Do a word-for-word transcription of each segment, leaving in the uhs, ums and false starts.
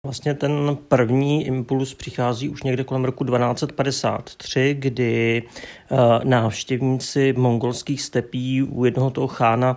Vlastně ten první impuls přichází už někde kolem roku dvanáct padesát tři, kdy uh, návštěvníci mongolských stepí u jednoho toho chána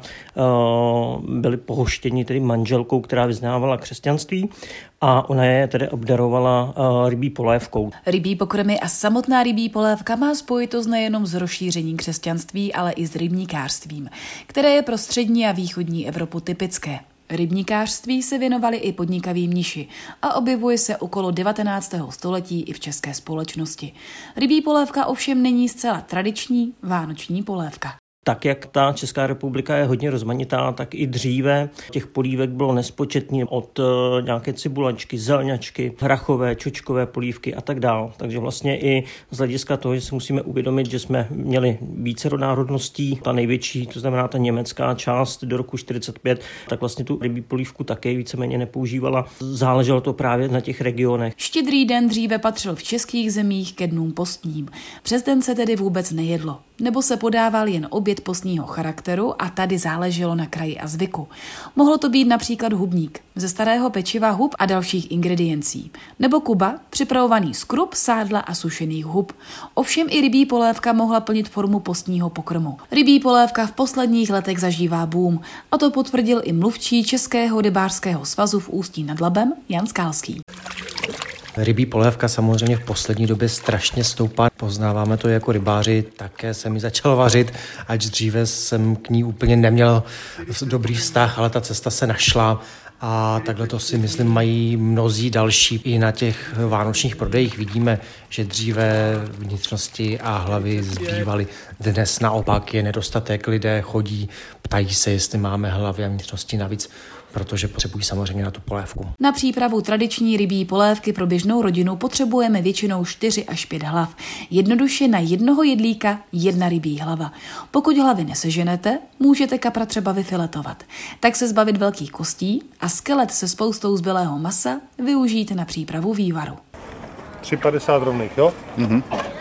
uh, byli pohoštěni tedy manželkou, která vyznávala křesťanství, a ona je tedy obdarovala uh, rybí polévkou. Rybí pokrmy a samotná rybí polévka má spojitost nejenom s rozšířením křesťanství, ale i s rybníkářstvím, které je pro střední a východní Evropu typické. Rybníkářství se věnovali i podnikaví mniši a objevuje se okolo devatenáctého století i v české společnosti. Rybí polévka ovšem není zcela tradiční vánoční polévka. Tak jak ta Česká republika je hodně rozmanitá, tak i dříve těch polívek bylo nespočetně, od nějaké cibulačky, zelňačky, hrachové, čočkové polívky a tak dál. Takže vlastně i z hlediska toho, že si musíme uvědomit, že jsme měli vícero národností, ta největší, to znamená ta německá část do roku čtyřicet pět, tak vlastně tu rybí polívku také víceméně nepoužívala. Záleželo to právě na těch regionech. Štědrý den dříve patřil v českých zemích ke dnům postním. Přes den se tedy vůbec nejedlo, nebo se podával jen oběd postního charakteru a tady záleželo na kraji a zvyku. Mohlo to být například hubník ze starého pečiva hub a dalších ingrediencí, nebo kuba, připravovaný z krup, sádla a sušených hub. Ovšem i rybí polévka mohla plnit formu postního pokrmu. Rybí polévka v posledních letech zažívá boom, a to potvrdil i mluvčí Českého rybářského svazu v Ústí nad Labem Jan Skálský. Rybí polévka samozřejmě v poslední době strašně stoupá. Poznáváme to jako rybáři, také jsem ji začal vařit, ač dříve jsem k ní úplně neměl dobrý vztah, ale ta cesta se našla. A takhle to si myslím mají mnozí další. I na těch vánočních prodejích vidíme, že dříve vnitřnosti a hlavy zbývaly. Dnes naopak je nedostatek, lidé chodí, ptají se, jestli máme hlavy a vnitřnosti navíc, protože potřebují samozřejmě na tu polévku. Na přípravu tradiční rybí polévky pro běžnou rodinu potřebujeme většinou čtyři až pět hlav. Jednoduše na jednoho jedlíka jedna rybí hlava. Pokud hlavy neseženete, můžete kapra třeba vyfiletovat. Tak se zbavit velkých kostí a skelet se spoustou zbylého masa využijte na přípravu vývaru. tři padesát rovných, jo? Mhm.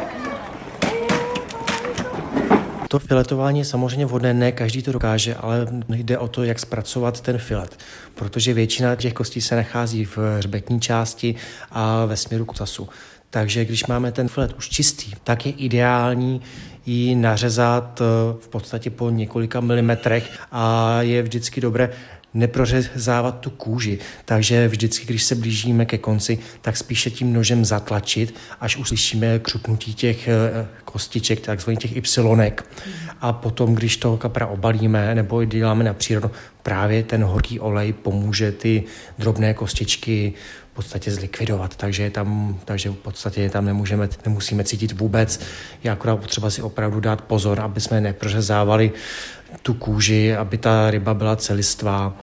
To filetování je samozřejmě vhodné, ne každý to dokáže, ale jde o to, jak zpracovat ten filet, protože většina těch kostí se nachází v hřbetní části a ve směru k ocasu. Takže když máme ten filet už čistý, tak je ideální ji nařezat v podstatě po několika milimetrech a je vždycky dobré neprořezávat tu kůži. Takže vždycky, když se blížíme ke konci, tak spíše tím nožem zatlačit, až uslyšíme křupnutí těch kostiček, takzvaných těch ypsilonek. A potom, když toho kapra obalíme nebo ji děláme na přírodu, právě ten horký olej pomůže ty drobné kostičky v podstatě zlikvidovat. Takže, tam, takže v podstatě tam nemůžeme, nemusíme cítit vůbec. Je akorát potřeba si opravdu dát pozor, aby jsme neprořezávali tu kůži, aby ta ryba byla celistvá.